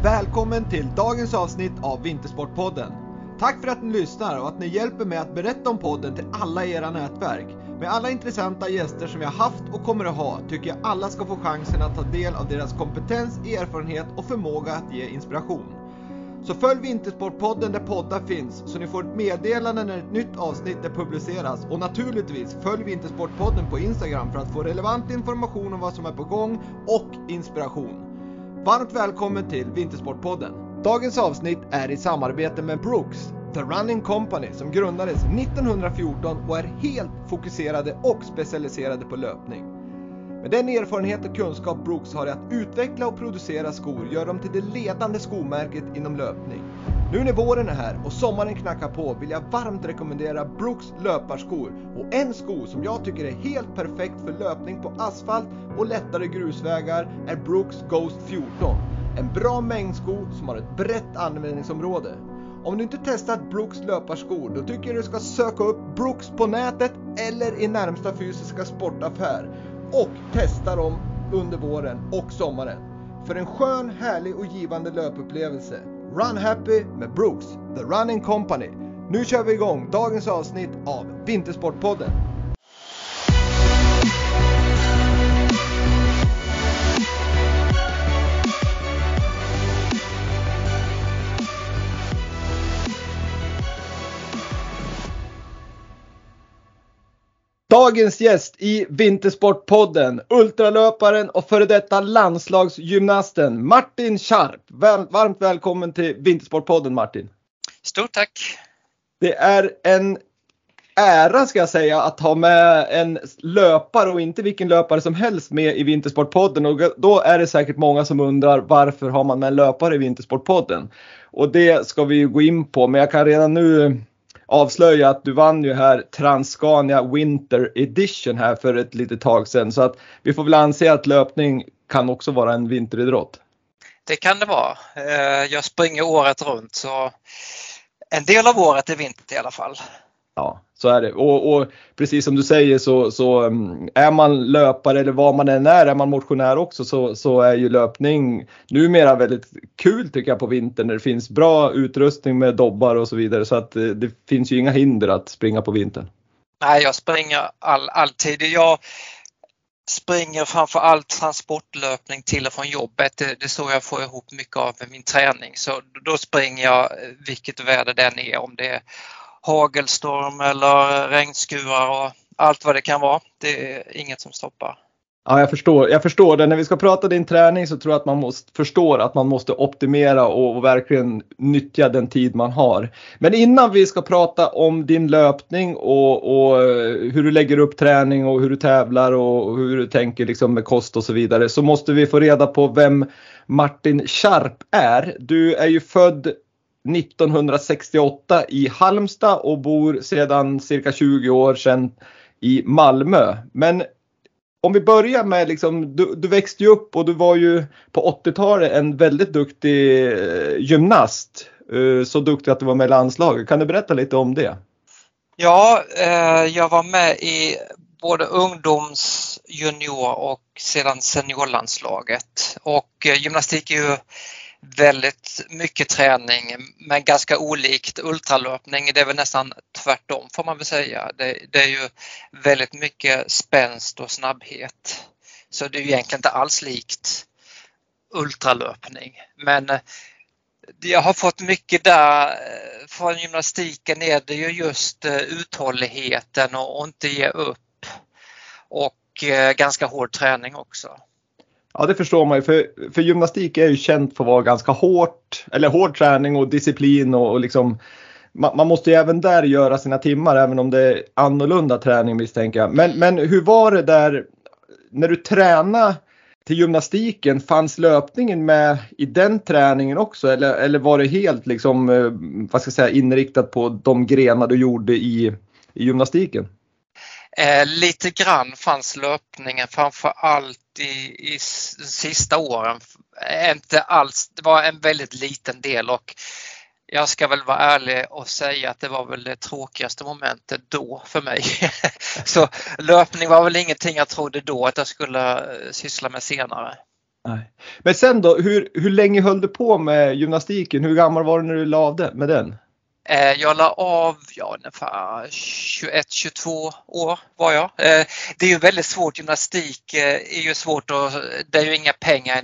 Välkommen till dagens avsnitt av Vintersportpodden. Tack för att ni lyssnar och att ni hjälper mig att berätta om podden till alla era nätverk. Med alla intressanta gäster som jag haft och kommer att ha tycker jag alla ska få chansen att ta del av deras kompetens, erfarenhet och förmåga att ge inspiration. Så följ Vintersportpodden där poddar finns så ni får ett meddelande när ett nytt avsnitt är publiceras. Och naturligtvis följ Vintersportpodden på Instagram för att få relevant information om vad som är på gång och inspiration. Varmt välkommen till Vintersportpodden. Dagens avsnitt är i samarbete med Brooks, The Running Company, som grundades 1914 och är helt fokuserade och specialiserade på löpning. Med den erfarenhet och kunskap Brooks har att utveckla och producera skor gör dem till det ledande skomärket inom löpning. Nu när våren är här och sommaren knackar på vill jag varmt rekommendera Brooks löparskor. Och en sko som jag tycker är helt perfekt för löpning på asfalt och lättare grusvägar är Brooks Ghost 14. En bra mängdsko som har ett brett användningsområde. Om du inte testat Brooks löparskor då tycker jag du ska söka upp Brooks på nätet eller i närmsta fysiska sportaffär. Och testa dem under våren och sommaren. För en skön, härlig och givande löpupplevelse. Run Happy med Brooks, The Running Company. Nu kör vi igång dagens avsnitt av Vintersportpodden. Dagens gäst i Vintersportpodden, ultralöparen och före detta landslagsgymnasten Martin Scharp. Varmt välkommen till Vintersportpodden, Martin. Stort tack. Det är en ära, ska jag säga, att ha med en löpare och inte vilken löpare som helst med i Vintersportpodden. Och då är det säkert många som undrar varför har man med en löpare i Vintersportpodden. Och det ska vi ju gå in på, men jag kan redan nu avslöja att du vann ju här Transcania Winter Edition här för ett litet tag sedan. Så att vi får väl anse att löpning kan också vara en vinteridrott. Det kan det vara. Jag springer året runt så en del av året är vinter i alla fall. Ja, så är det. Och precis som du säger så är man löpare eller vad man än är man motionär också så är ju löpning numera väldigt kul tycker jag på vintern när det finns bra utrustning med dobbar och så vidare. Så att det finns ju inga hinder att springa på vintern. Nej, jag springer alltid. Jag springer framför allt transportlöpning till och från jobbet. Det är så jag får ihop mycket av min träning. Så då springer jag vilket väder det än är, om det är hagelstorm eller regnskurar och allt vad det kan vara. Det är inget som stoppar. Ja, jag förstår det. När vi ska prata din träning så tror jag att man måste förstå att man måste optimera och verkligen nyttja den tid man har. Men innan vi ska prata om din löpning och hur du lägger upp träning och hur du tävlar och hur du tänker liksom med kost och så vidare, så måste vi få reda på vem Martin Scharp är. Du är ju född 1968 i Halmstad och bor sedan cirka 20 år sedan i Malmö. Men om vi börjar med liksom, du växte ju upp och du var ju på 80-talet en väldigt duktig gymnast. Så duktig att du var med i landslaget. Kan du berätta lite om det? Ja, jag var med i både ungdoms-, junior- och sedan seniorlandslaget. Och gymnastik är ju väldigt mycket träning men ganska olikt ultralöpning. Det är väl nästan tvärtom får man väl säga. Det är ju väldigt mycket spänst och snabbhet. Så det är ju egentligen inte alls likt ultralöpning. Men jag har fått mycket där från gymnastiken är det ju just uthålligheten och inte ge upp. Och ganska hård träning också. Ja, det förstår man ju. För gymnastik är ju känt för att vara ganska hård träning och disciplin och liksom man måste ju även där göra sina timmar även om det är annorlunda träning misstänker jag. Men hur var det där när du tränade till gymnastiken? Fanns löpningen med i den träningen också eller var det helt liksom vad ska jag säga inriktat på de grenar du gjorde i gymnastiken? Lite grann fanns löpningen framför allt i sista åren. Inte alls, det var en väldigt liten del och jag ska väl vara ärlig och säga att det var väl det tråkigaste momentet då för mig. Så löpning var väl ingenting jag trodde då att jag skulle syssla med senare. Nej. Men sen då, hur länge höll du på med gymnastiken? Hur gammal var du när du la av det med den? Jag la av ungefär 21-22 år var jag. Det är ju väldigt svårt, gymnastik är ju svårt och det är ju inga pengar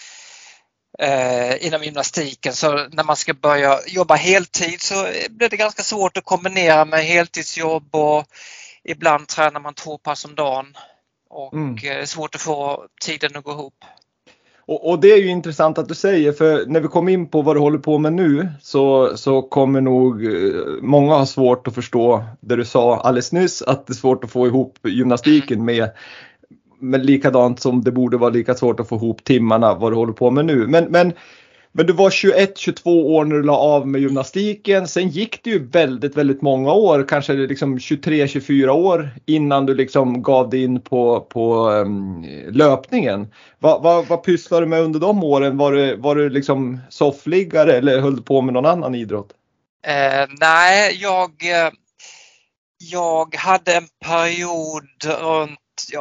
inom gymnastiken, så när man ska börja jobba heltid så blir det ganska svårt att kombinera med heltidsjobb och ibland tränar man 2 pass om dagen och det är svårt att få tiden att gå ihop. Och det är ju intressant att du säger, för när vi kommer in på vad du håller på med nu så kommer nog många ha svårt att förstå det du sa alldeles nyss, att det är svårt att få ihop gymnastiken med likadant som det borde vara lika svårt att få ihop timmarna vad du håller på med nu. Men du var 21-22 år när du la av med gymnastiken. Sen gick det ju väldigt, väldigt många år, kanske liksom 23-24 år innan du liksom gav dig in på löpningen. Vad pysslade du med under de åren? Var du liksom soffliggare eller höll du på med någon annan idrott? Nej, jag hade en period runt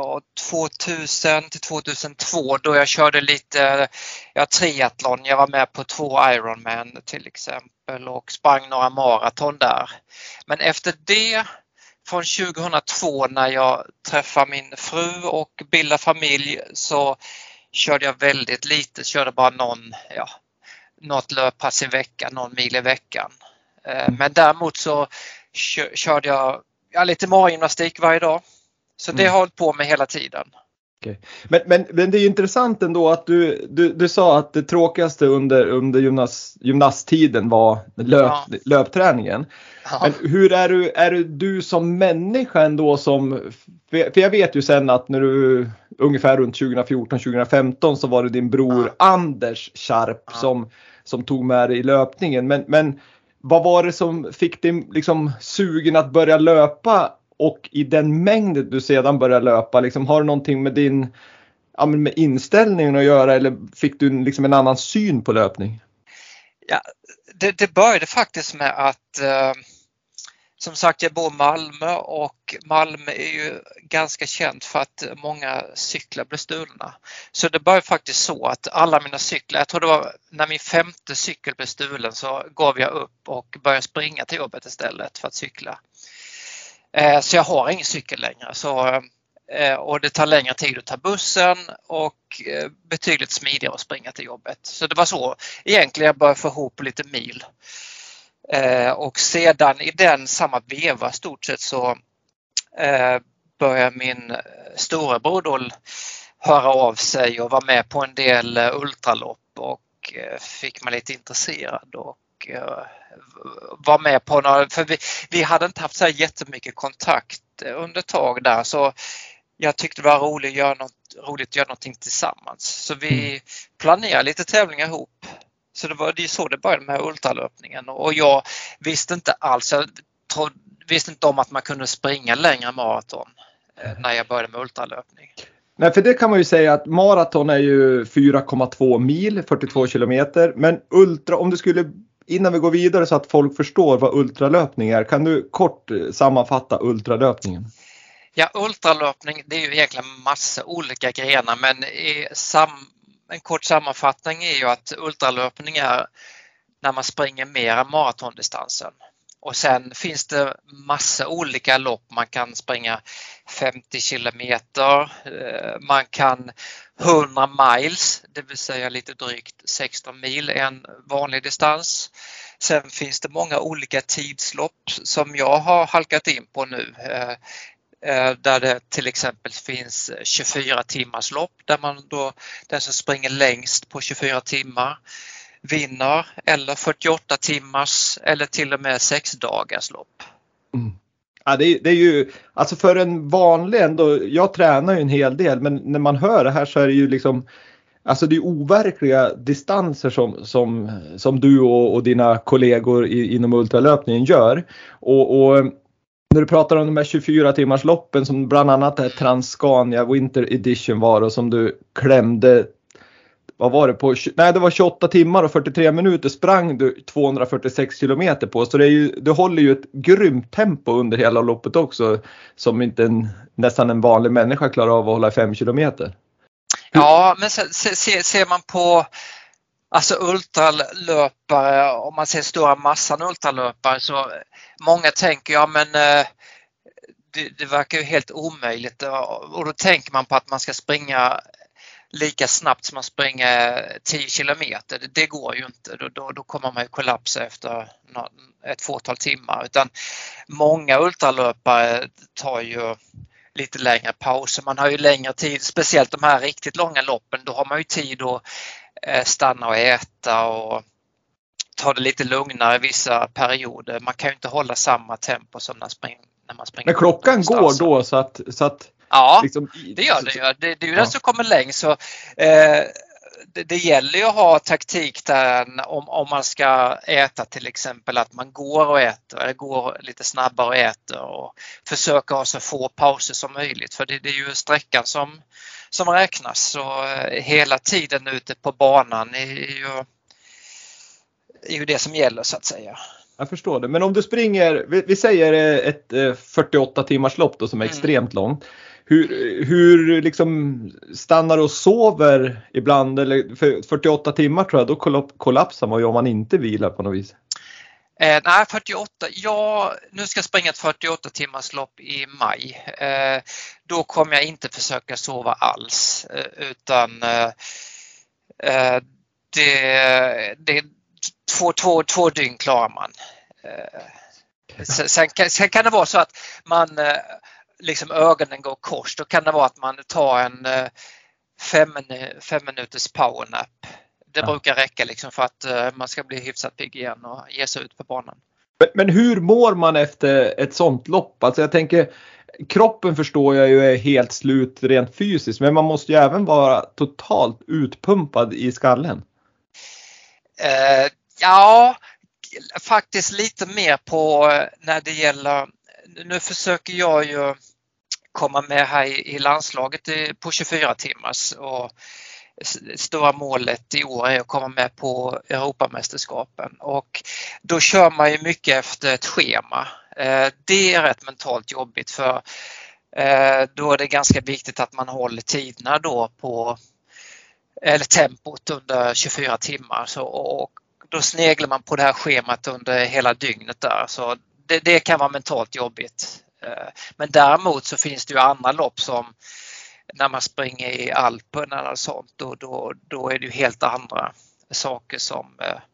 2000 till 2002 då jag körde lite triathlon. Jag var med på 2 Ironman till exempel och sprang några maraton där. Men efter det, från 2002 när jag träffade min fru och bildade familj, så körde jag väldigt lite. Körde bara något löppass i veckan, någon mil i veckan. Men däremot så körde jag lite morgongymnastik varje dag. Så det har jag hållit på med hela tiden. Okay. Men det är intressant ändå att du sa att det tråkigaste under gymnasttiden var löpträningen. Ja. Men hur är du som människa ändå för jag vet ju sen att när du ungefär runt 2014-2015 så var det din bror Anders Sharp som tog med dig i löpningen. Men vad var det som fick dig liksom sugen att börja löpa? Och i den mängden du sedan börjar löpa, liksom, har det någonting med din med inställningen att göra, eller fick du liksom en annan syn på löpning? Ja, det började faktiskt med att som sagt, jag bor i Malmö och Malmö är ju ganska känt för att många cyklar blir stulna. Så det började faktiskt så att alla mina cyklar, jag tror det var när min 5:e cykel blev stulen, så gav jag upp och började springa till jobbet istället för att cykla. Så jag har ingen cykel längre, och det tar längre tid att ta bussen och betydligt smidigare att springa till jobbet. Så det var så egentligen jag började få ihop lite mil. Och sedan i den samma veva stort sett så började min storebror då höra av sig och vara med på en del ultralopp och fick mig lite intresserad och var med på några, för vi hade inte haft så här jättemycket kontakt under ett tag där, så jag tyckte det var roligt att göra någonting tillsammans. Så vi planerade lite tävlingar ihop. Så det är så det började med ultralöpningen, och jag visste inte alls, visste inte om att man kunde springa längre maraton när jag började med ultralöpning. Nej, för det kan man ju säga att maraton är ju 4,2 mil, 42 kilometer. Men om du skulle, innan vi går vidare så att folk förstår vad ultralöpning är, kan du kort sammanfatta ultralöpningen? Ja, ultralöpning, det är ju egentligen massa olika grenar, men en kort sammanfattning är ju att ultralöpning är när man springer mer än maratondistansen. Och sen finns det massa olika lopp. Man kan springa 50 kilometer, man kan 100 miles, det vill säga lite drygt 16 mil, en vanlig distans. Sen finns det många olika tidslopp som jag har halkat in på nu. Där det till exempel finns 24 timmars lopp där den som springer längst på 24 timmar vinner, eller 48 timmars eller till och med 6 dagars lopp. Ja, det är ju, alltså för en vanlig ändå, jag tränar ju en hel del, men när man hör det här så är det ju liksom, alltså det är overkliga distanser som du och dina kollegor inom ultralöpningen gör. Och när du pratar om de här 24 timmars loppen som bland annat är Transcania Winter Edition var, och som du klämde, vad var det det var 28 timmar och 43 minuter sprang du 246 kilometer på. Så det håller ju ett grymt tempo under hela loppet också, som inte nästan en vanlig människa klarar av att hålla 5 kilometer. Ja, men ser man på alltså ultralöpare, om man ser stora massan ultralöpare, så många tänker det verkar ju helt omöjligt, och då tänker man på att man ska springa lika snabbt som man springer 10 kilometer. Det går ju inte. Då kommer man ju kollapsa efter ett fåtal timmar. Utan många ultralöpare tar ju lite längre pauser. Man har ju längre tid, speciellt de här riktigt långa loppen. Då har man ju tid att stanna och äta och ta det lite lugnare vissa perioder. Man kan ju inte hålla samma tempo som när man springer. Men klockan går då så att ja, liksom, det gör det ju. Det är ju den som kommer längst. Så, det gäller ju att ha taktik där om man ska äta, till exempel att man går och äter eller går lite snabbare och äter och försöka ha så få pauser som möjligt. För det är ju sträckan som räknas. Så hela tiden ute på banan är ju det som gäller, så att säga. Jag förstår det. Men om du springer, vi säger ett 48 timmars lopp då, som är extremt långt. Hur liksom stannar och sover ibland, eller för 48 timmar tror jag, då kollapsar man ju om man inte vilar på något vis. Nej, 48. Nu ska jag springa ett 48 timmars lopp i maj. Då kommer jag inte försöka sova alls, utan det två dygn klarar man. Sen kan det vara så att man liksom ögonen går kors. Då kan det vara att man tar en 5 minuters powernap. Det brukar räcka liksom för att man ska bli hyfsat pigg igen och ge sig ut på banan. Men hur mår man efter ett sånt lopp? Alltså jag tänker, kroppen förstår jag ju är helt slut rent fysiskt. Men man måste ju även vara totalt utpumpad i skallen. Ja, faktiskt lite mer på när det gäller, nu försöker jag ju komma med här i landslaget på 24 timmars, och stora målet i år är att komma med på Europamästerskapen, och då kör man ju mycket efter ett schema. Det är rätt mentalt jobbigt, för då är det ganska viktigt att man håller tiderna då eller tempot under 24 timmar, och då sneglar man på det här schemat under hela dygnet där, så det kan vara mentalt jobbigt. Men däremot så finns det ju andra lopp, som när man springer i Alperna eller sånt, då är det ju helt andra saker, som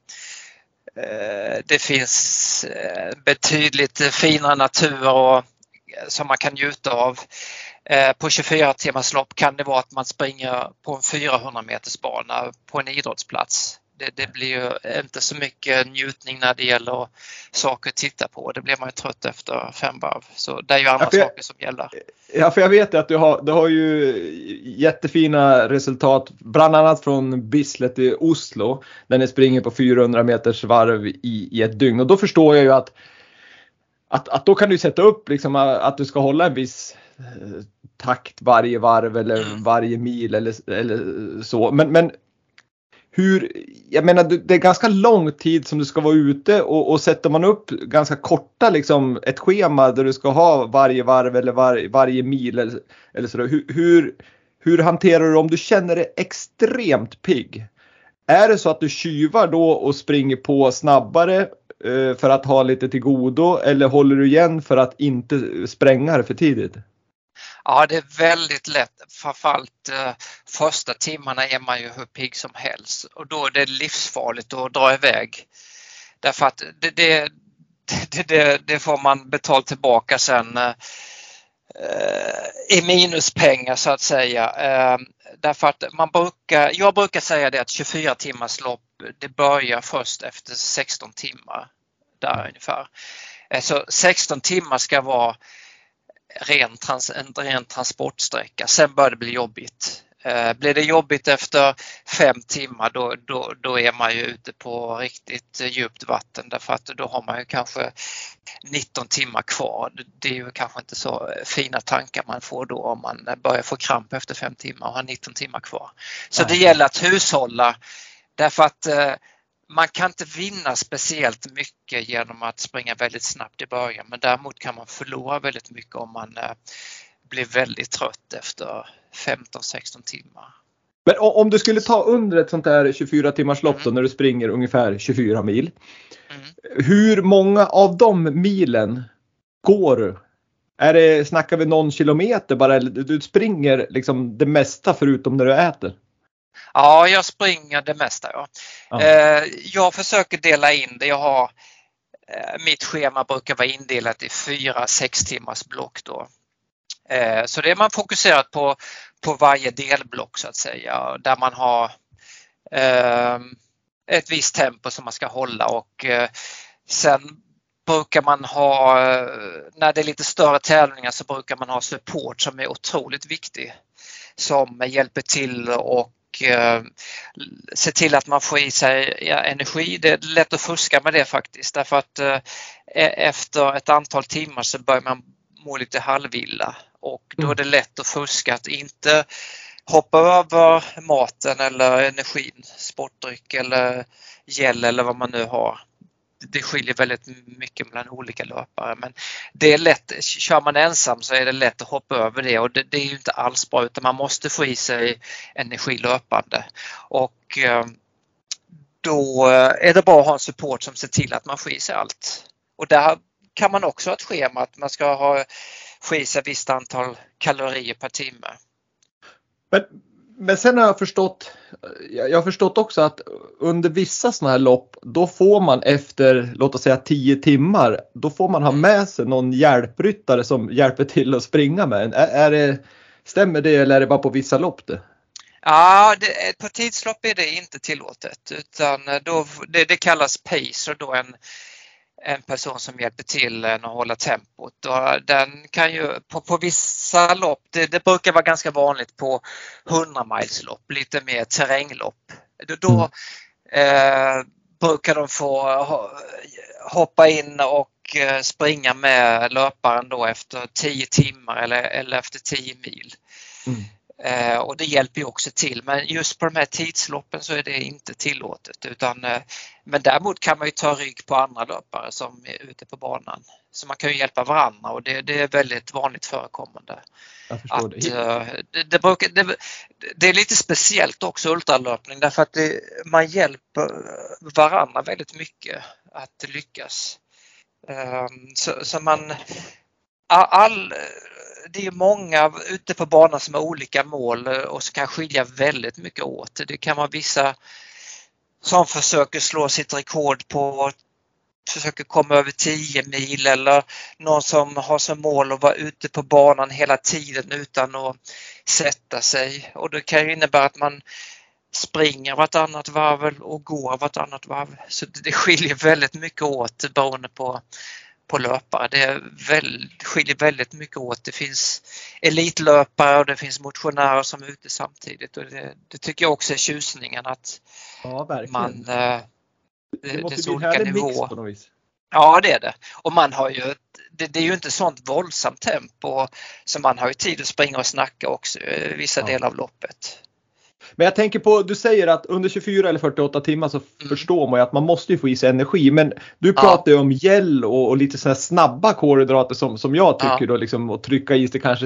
det finns betydligt finare natur och som man kan njuta av. På 24 timmars lopp kan det vara att man springer på en 400 meters bana på en idrottsplats. Det blir ju inte så mycket njutning när det gäller saker att titta på. Det blir man ju trött efter 5 varv. Så det är ju andra saker som gäller. Ja, för jag vet att du har ju jättefina resultat, bland annat från Bislett i Oslo, där ni springer på 400 meters varv i ett dygn. Och då förstår jag ju att då kan du sätta upp liksom att du ska hålla en viss takt varje varv eller varje mil eller så. Men jag menar, det är ganska lång tid som du ska vara ute, och sätter man upp ganska korta liksom ett schema där du ska ha varje varv eller varje mil eller så, hur hanterar du om du känner dig extremt pigg? Är det så att du tjuvar då och springer på snabbare för att ha lite till godo, eller håller du igen för att inte spränga det för tidigt? Ja, det är väldigt lätt. Framförallt första timmarna är man ju hur pigg som helst, och då är det livsfarligt att dra iväg. Därför att det får man betala tillbaka sen i minuspengar, så att säga. Därför att jag brukar säga det att 24 timmars lopp, det börjar först efter 16 timmar där ungefär. Så 16 timmar ska vara en ren transportsträcka. Sen börjar det bli jobbigt. Blir det jobbigt efter 5 timmar, då är man ju ute på riktigt djupt vatten, därför att då har man ju kanske 19 timmar kvar. Det är ju kanske inte så fina tankar man får då, om man börjar få kramp efter 5 timmar och har 19 timmar kvar. Så det gäller att hushålla, därför att man kan inte vinna speciellt mycket genom att springa väldigt snabbt i början, men däremot kan man förlora väldigt mycket om man blir väldigt trött efter 15-16 timmar. Men om du skulle ta under ett sånt här 24 timmars lopp då, när du springer ungefär 24 mil. Hur många av de milen går du? Snackar vi någon kilometer bara, eller du springer liksom det mesta förutom när du äter? Ja, jag springer det mesta. Ja. Jag försöker dela in det. Mitt schema brukar vara indelat i 4-6 timmars block då. Så det är man fokuserat på varje delblock så att säga, där man har ett visst tempo som man ska hålla, och sen brukar man ha, när det är lite större tävlingar, så brukar man ha support som är otroligt viktig, som hjälper till och se till att man får i sig energi. Det är lätt att fuska med det faktiskt, därför att efter ett antal timmar så börjar man må lite halvilla, och då är det lätt att fuska, att inte hoppa över maten eller energin, sportdryck eller gel eller vad man nu har. Det skiljer väldigt mycket mellan olika löpare, men det är lätt, kör man ensam så är det lätt att hoppa över det, och det är ju inte alls bra, utan man måste få i sig energi löpande, och då är det bra att ha en support som ser till att man får i sig allt. Och där kan man också ha ett schema att man ska få i sig ett visst antal kalorier per timme. Men sen har jag har förstått också att under vissa sådana här lopp, då får man efter, låt oss säga 10 timmar, då får man ha med sig någon hjälpryttare som hjälper till att springa med en. Stämmer det, eller är det bara på vissa lopp det? Ja, på tidslopp är det inte tillåtet, utan det kallas pacer, då en person som hjälper till att hålla tempot, och den kan ju på vissa lopp, det brukar vara ganska vanligt på 100-milslopp, lite mer terränglopp, då brukar de få hoppa in och springa med löparen då efter 10 timmar eller efter 10 mil. Och det hjälper ju också till, men just på de här tidsloppen så är det inte tillåtet, men däremot kan man ju ta rygg på andra löpare som är ute på banan, så man kan ju hjälpa varandra, och det är väldigt vanligt förekommande. Jag förstår Det är lite speciellt också ultralöpning, därför att man hjälper varandra väldigt mycket att lyckas. Så man det är många ute på banan som har olika mål och som kan skilja väldigt mycket åt. Det kan vara vissa som försöker slå sitt rekord på, försöker komma över 10 mil, eller någon som har som mål att vara ute på banan hela tiden utan att sätta sig. Och det kan ju innebära att man springer vartannat varv och går vartannat varv. Så det skiljer väldigt mycket åt beroende på löpare. Det skiljer väldigt mycket åt. Det finns elitlöpare och det finns motionärer som är ute samtidigt, och det tycker jag också är tjusningen, att man det måste bli en härlig mix på något vis. Ja, det är det. Och man har ju det är ju inte sånt våldsamt tempo, så man har ju tid att springa och snacka också vissa delar av loppet. Men jag tänker på, du säger att under 24 eller 48 timmar så förstår man ju att man måste ju få i sig energi. Men du pratar ju om gel och lite så här snabba kolhydrater som jag tycker då, liksom, att trycka i sig kanske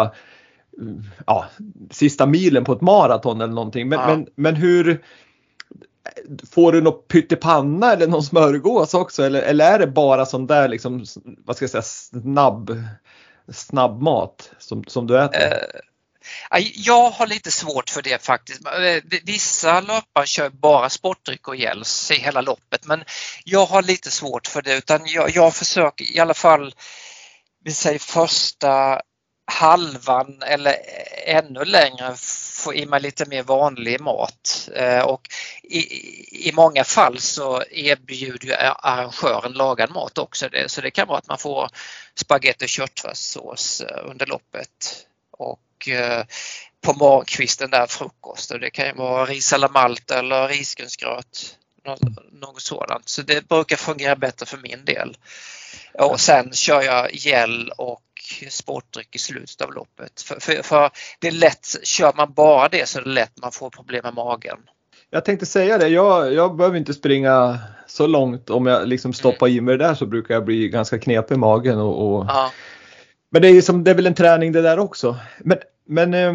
sista milen på ett maraton eller någonting. Men hur får du något pyttipanna eller någon smörgås också, eller är det bara sån där liksom, vad ska jag säga, snabb mat som du äter? Jag har lite svårt för det faktiskt. Vissa löpare kör bara sportdryck och gels i hela loppet, men jag har lite svårt för det, utan jag försöker i alla fall, vi säger första halvan eller ännu längre, få i mig lite mer vanlig mat, och i många fall så erbjuder ju arrangören lagad mat också, så det kan vara att man får spagetti och köttfärssås under loppet, och på morgonkvisten där frukost, och det kan ju vara ris eller malt eller risgrynsgröt, något sådant, så det brukar fungera bättre för min del. Och sen kör jag gel och sportdryck i slutet av loppet, för det är lätt, kör man bara det så är det lätt man får problem med magen. Jag tänkte säga det, jag behöver inte springa så långt, om jag liksom stoppar i mig det där så brukar jag bli ganska knepig i magen och... Men det är väl en träning det där också. Men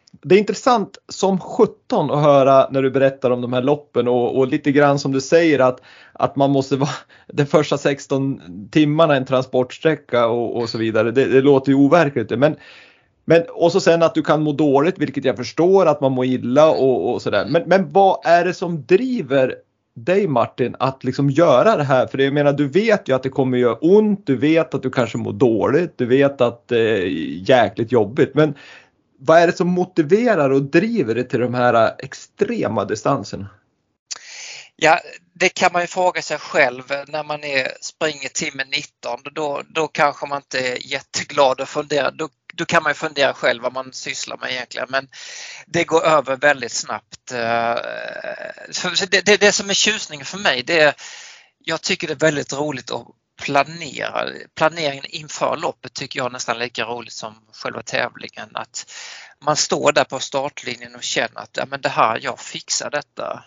Det är intressant som 17 att höra när du berättar om de här loppen och lite grann som du säger att man måste vara de första 16 timmarna en transportsträcka och så vidare. Det låter ju overkligt. Men och så sen att du kan må dåligt, vilket jag förstår, att man mår illa och sådär. Men vad är det som driver dig, Martin, att liksom göra det här? För jag menar, du vet ju att det kommer göra ont, du vet att du kanske mår dåligt, du vet att det är jäkligt jobbigt. Men vad är det som motiverar och driver dig till de här extrema distanserna? Ja, det kan man ju fråga sig själv när man springer timme 19. Då kanske man inte är jätteglad och funderar. Då kan man ju fundera själv vad man sysslar med egentligen. Men det går över väldigt snabbt. Det som är tjusningen för mig, jag tycker det är väldigt roligt att planera. Planeringen inför loppet tycker jag är nästan lika roligt som själva tävlingen. Att man står där på startlinjen och känner att ja, men det här, jag fixar detta.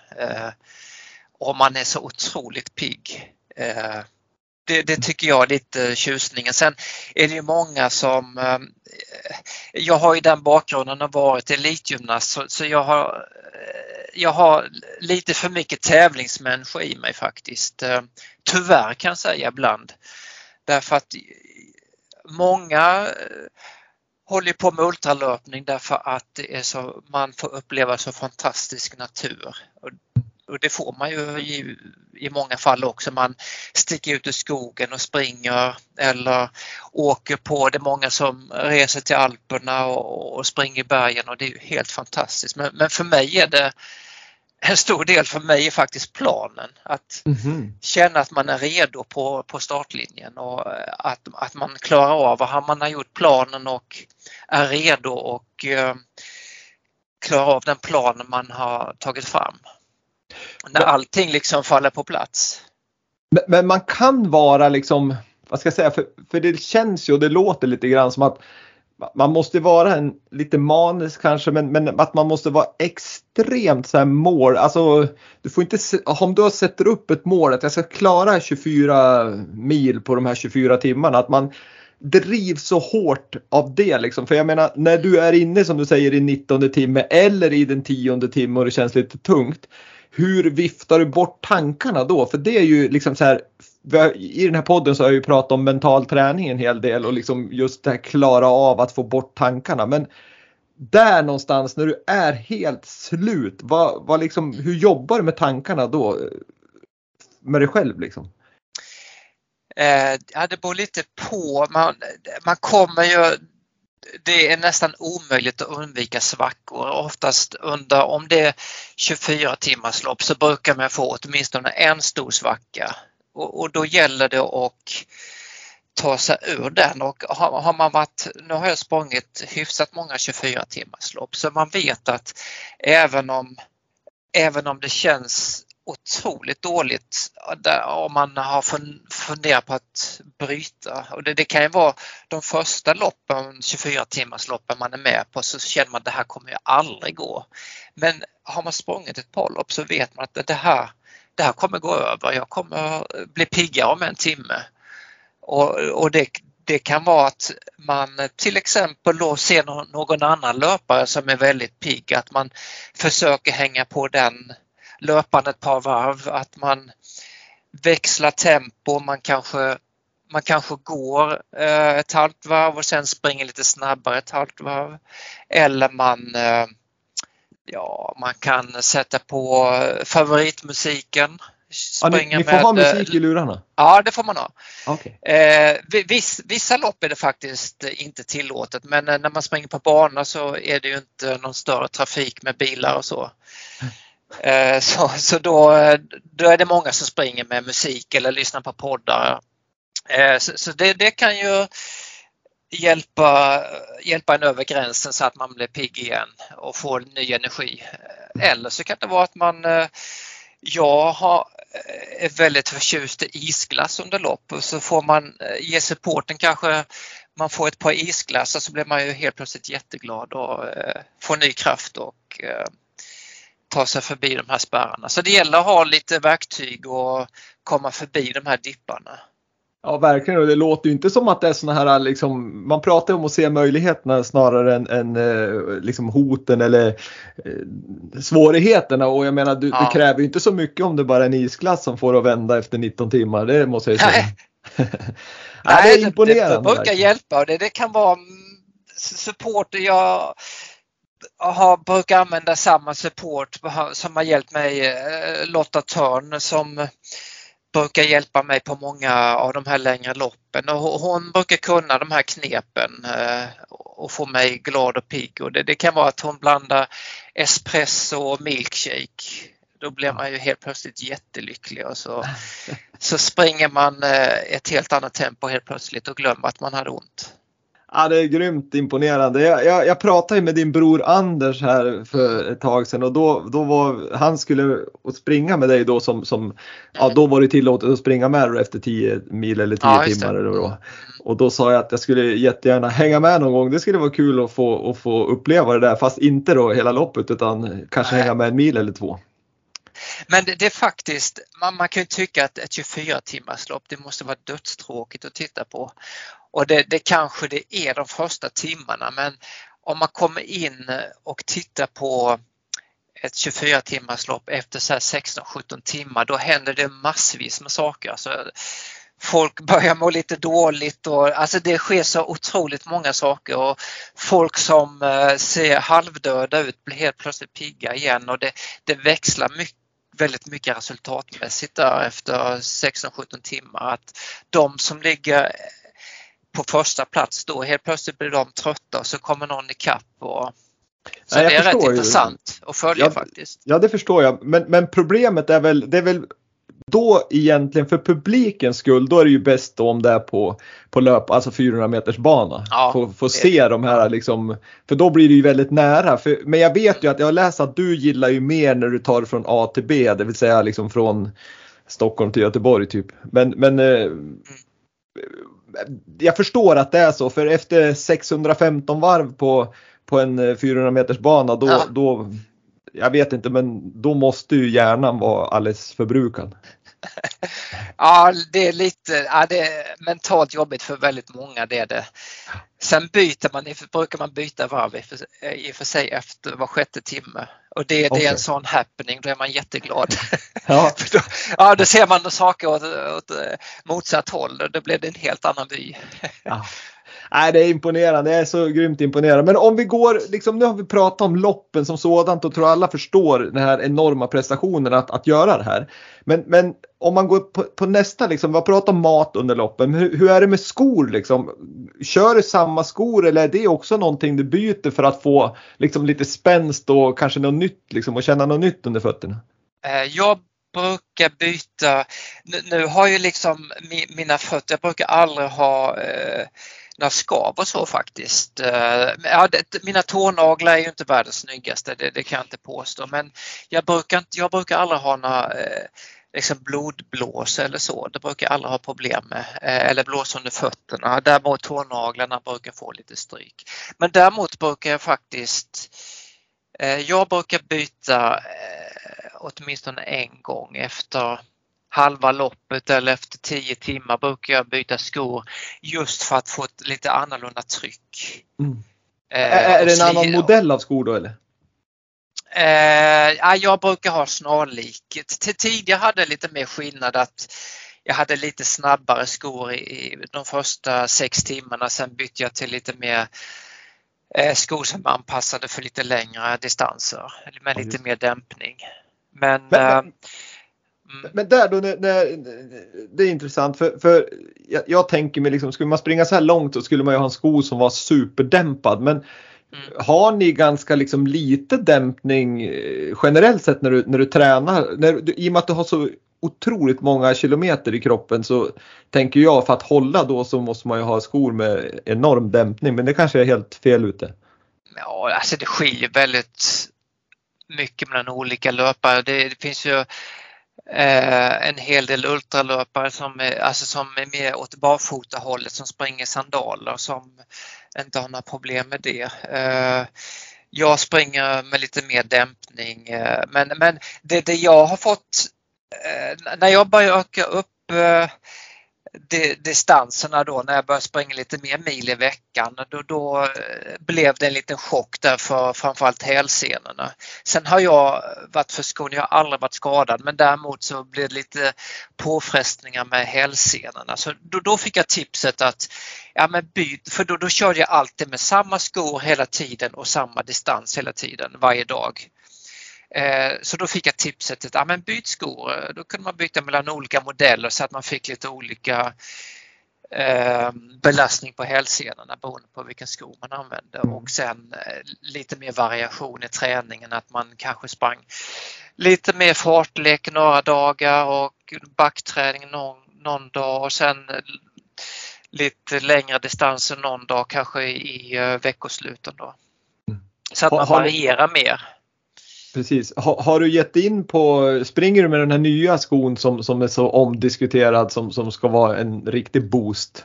Och man är så otroligt pigg. Det tycker jag är lite tjusningen. Sen är det ju många som... Jag har ju den bakgrunden att varit elitgymnast så jag har lite för mycket tävlingsmänniska i mig faktiskt. Tyvärr kan jag säga ibland. Därför att många håller på med ultralöpning därför att det är så, man får uppleva så fantastisk natur. Och det får man ju i många fall också. Man sticker ut i skogen och springer eller åker på. Det är många som reser till Alperna och springer i bergen och det är ju helt fantastiskt. Men för mig är det en stor del för mig är faktiskt planen. Att känna att man är redo på startlinjen och att man klarar av vad man har gjort planen och är redo och klarar av den planen man har tagit fram. När allting liksom faller på plats. Men man kan vara liksom, vad ska jag säga, för det känns ju och det låter lite grann som att man måste vara lite manisk kanske, men att man måste vara extremt så här mål. Alltså du får inte, om du sätter upp ett mål att jag ska klara 24 mil på de här 24 timmarna, att man drivs så hårt av det liksom. För jag menar, när du är inne som du säger i 19:e timme eller i den 10:e timme och det känns lite tungt, hur viftar du bort tankarna då? För det är ju liksom så här, i den här podden så har jag ju pratat om mental träning en hel del och liksom just det här klara av att få bort tankarna. Men där någonstans när du är helt slut, vad liksom, hur jobbar du med tankarna då? Med dig själv liksom? Ja, det beror lite på. Man kommer ju... Det är nästan omöjligt att undvika svackor. Oftast om det är 24 timmars lopp så brukar man få åtminstone en stor svacka. Och då gäller det att ta sig ur den. Och har man varit, nu har jag sprungit hyfsat många 24 timmars lopp så man vet att även om det känns otroligt dåligt om man har funderat på att bryta. Och det kan ju vara de första loppen, 24 timmars loppen man är med på, så känner man att det här kommer ju aldrig gå. Men har man sprungit ett par lopp så vet man att det här kommer gå över. Jag kommer bli piggare om en timme. Och det kan vara att man till exempel då ser någon annan löpare som är väldigt pigg, att man försöker hänga på den löpan ett par varv, att man växlar tempo, man kanske går ett halvt varv och sen springer lite snabbare ett halvt varv. Eller man kan sätta på favoritmusiken. Ni får ha musik i lurarna? Ja, det får man ha. Okay. Vissa lopp är det faktiskt inte tillåtet, men när man springer på bana så är det ju inte någon större trafik med bilar och så. Så då är det många som springer med musik eller lyssnar på poddar. Så det kan ju hjälpa en över gränsen så att man blir pigg igen och får ny energi. Eller så kan det vara att jag är väldigt förtjust i isglass under lopp, och så får man ge supporten kanske, man får ett par isglass och så blir man ju helt plötsligt jätteglad och får ny kraft och ta sig förbi de här spärrarna. Så det gäller att ha lite verktyg och komma förbi de här dipparna. Ja, verkligen. Och det låter ju inte som att det är såna här liksom, man pratar om att se möjligheterna snarare än liksom hoten eller svårigheterna. Och jag menar, du kräver ju inte så mycket om det bara är en isglass som får att vända efter 19 timmar. Det måste jag säga. Nej, det är imponerande. Det brukar hjälpa och det kan vara support. Jag brukar använda samma support som har hjälpt mig, Lotta Törn, som brukar hjälpa mig på många av de här längre loppen, och hon brukar kunna de här knepen och få mig glad och pigg, och det kan vara att hon blandar espresso och milkshake. Då blir man ju helt plötsligt jättelycklig och så springer man ett helt annat tempo helt plötsligt och glömmer att man hade ont. Ja, det är grymt imponerande. Jag pratade ju med din bror Anders här för ett tag sedan, och då var han skulle springa med dig då som då var det tillåtet att springa med efter 10 mil eller 10 timmar eller då. Och då sa jag att jag skulle jättegärna hänga med någon gång. Det skulle vara kul att få uppleva det där, fast inte då hela loppet utan kanske hänga med 1 mil eller 2. Men det är faktiskt, man kan ju tycka att ett 24 timmars lopp, det måste vara dödstråkigt att titta på. Och det kanske det är de första timmarna, men om man kommer in och tittar på ett 24 timmars lopp efter så här 16-17 timmar, då händer det massvis med saker. Alltså, folk börjar må lite dåligt och alltså det sker så otroligt många saker, och folk som ser halvdöda ut blir helt plötsligt pigga igen, och det växlar väldigt mycket resultatmässigt där efter 16-17 timmar. Att de som ligger på första plats då helt plötsligt blir de trötta och så kommer någon ikapp. Så det är rätt intressant att följa faktiskt. Ja, det förstår jag. Men problemet är väl då egentligen för publikens skull, då är det ju bäst då om det är på löp, alltså 400 meters bana. Ja, få se de här liksom, för då blir det ju väldigt nära. Men jag vet ju att jag har läst att du gillar ju mer när du tar från A till B, det vill säga liksom från Stockholm till Göteborg typ. Men jag förstår att det är så, för efter 615 varv på en 400 meters bana då jag vet inte, men då måste ju hjärnan vara alldeles förbrukad. Ja, det är lite, det är mentalt jobbigt för väldigt många, det är det. Sen brukar man byta varv i och för sig efter var 6:e timme. Och det är en sån happening, då är man jätteglad. Ja. Då ser man saker åt motsatt håll, och då blir det en helt annan vy. Ja. Nej, det är imponerande, det är så grymt imponerande. Men om vi går, liksom, nu har vi pratat om loppen som sådant och tror alla förstår den här enorma prestationen att göra det här. Men om man går på nästa, liksom, vi har pratat om mat under loppen, hur är det med skor liksom? Kör du samma skor eller är det också någonting du byter för att få liksom lite spänst och kanske något nytt liksom, och känna något nytt under fötterna? Jag brukar byta, nu har ju liksom mina fötter, jag brukar aldrig ha några skav och så faktiskt. Mina tånaglar är ju inte världens snyggaste, det kan jag inte påstå, men jag brukar aldrig ha några liksom blodblås eller så, det brukar jag aldrig ha problem med, eller blås under fötterna. Däremot tånaglarna brukar få lite stryk. Men däremot brukar jag faktiskt byta åtminstone en gång efter halva loppet eller efter 10 timmar brukar jag byta skor just för att få ett lite annorlunda tryck. Är det en annan modell av skor då eller? Jag brukar ha snarlik. Tidigare hade jag lite mer skillnad att jag hade lite snabbare skor i de första 6 timmarna. Sen bytte jag till lite mer skor som anpassade för lite längre distanser med lite mer dämpning. Men där då, det är intressant för jag tänker mig liksom, skulle man springa så här långt så skulle man ju ha en sko som var superdämpad, men har ni ganska liksom lite dämpning generellt sett när du tränar, i och med att du har så otroligt många kilometer i kroppen, så tänker jag för att hålla då så måste man ju ha skor med enorm dämpning, men det kanske är helt fel ute. Ja, alltså det skiljer väldigt mycket mellan olika löpare. Det finns ju en hel del ultralöpare som är mer åt barfotahållet, som springer sandaler, som inte har några problem med det. Jag springer med lite mer dämpning, men det jag har fått när jag börjar öka upp distanserna då när jag började springa lite mer mil i veckan. Då blev det en liten chock där för framförallt hälsenorna. Sen har jag varit förskonad, jag har aldrig varit skadad, men däremot så blev det lite påfrestningar med hälsenorna. Så då fick jag tipset att byt, för då körde jag alltid med samma skor hela tiden och samma distans hela tiden varje dag. Så då fick jag tipset att byt skor. Då kunde man byta mellan olika modeller så att man fick lite olika belastning på hälsenorna beroende på vilken sko man använde. Och sen lite mer variation i träningen, att man kanske sprang lite mer fartlek några dagar och backträning någon dag och sen lite längre distanser någon dag kanske i veckosluten då. Så att man varierar mer. Precis. Har du gett in på, springer du med den här nya skon som är så omdiskuterad som ska vara en riktig boost?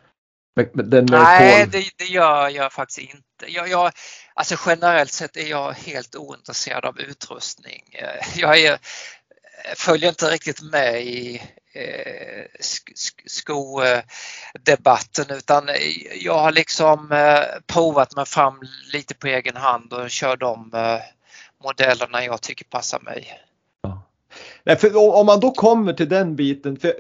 Nej, det gör jag faktiskt inte. Alltså generellt sett är jag helt ointresserad av utrustning. Jag följer inte riktigt med i skodebatten, utan jag har liksom provat mig fram lite på egen hand och kör de modellerna jag tycker passar mig. Ja. Nej, för om man då kommer till den biten, för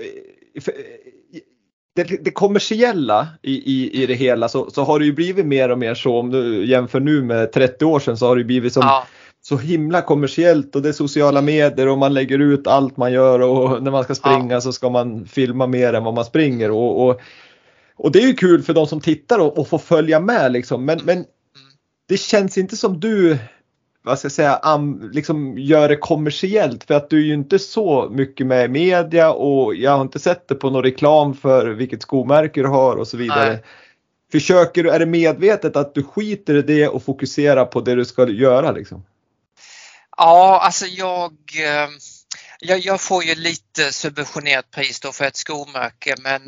det kommersiella i det hela, så har det ju blivit mer och mer så, om du jämför nu med 30 år sedan, så har det blivit som så himla kommersiellt, och det är sociala medier och man lägger ut allt man gör, och när man ska springa så ska man filma mer än vad man springer, och det är ju kul för de som tittar och får följa med liksom, men det känns inte som du, vad ska jag säga, liksom gör det kommersiellt, för att du är ju inte så mycket med i media, och jag har inte sett det på någon reklam för vilket skomärke du har och så vidare. Nej. Försöker du, är det medvetet att du skiter i det och fokuserar på det du ska göra liksom? Ja, alltså jag får ju lite subventionerat pris då för ett skomärke, men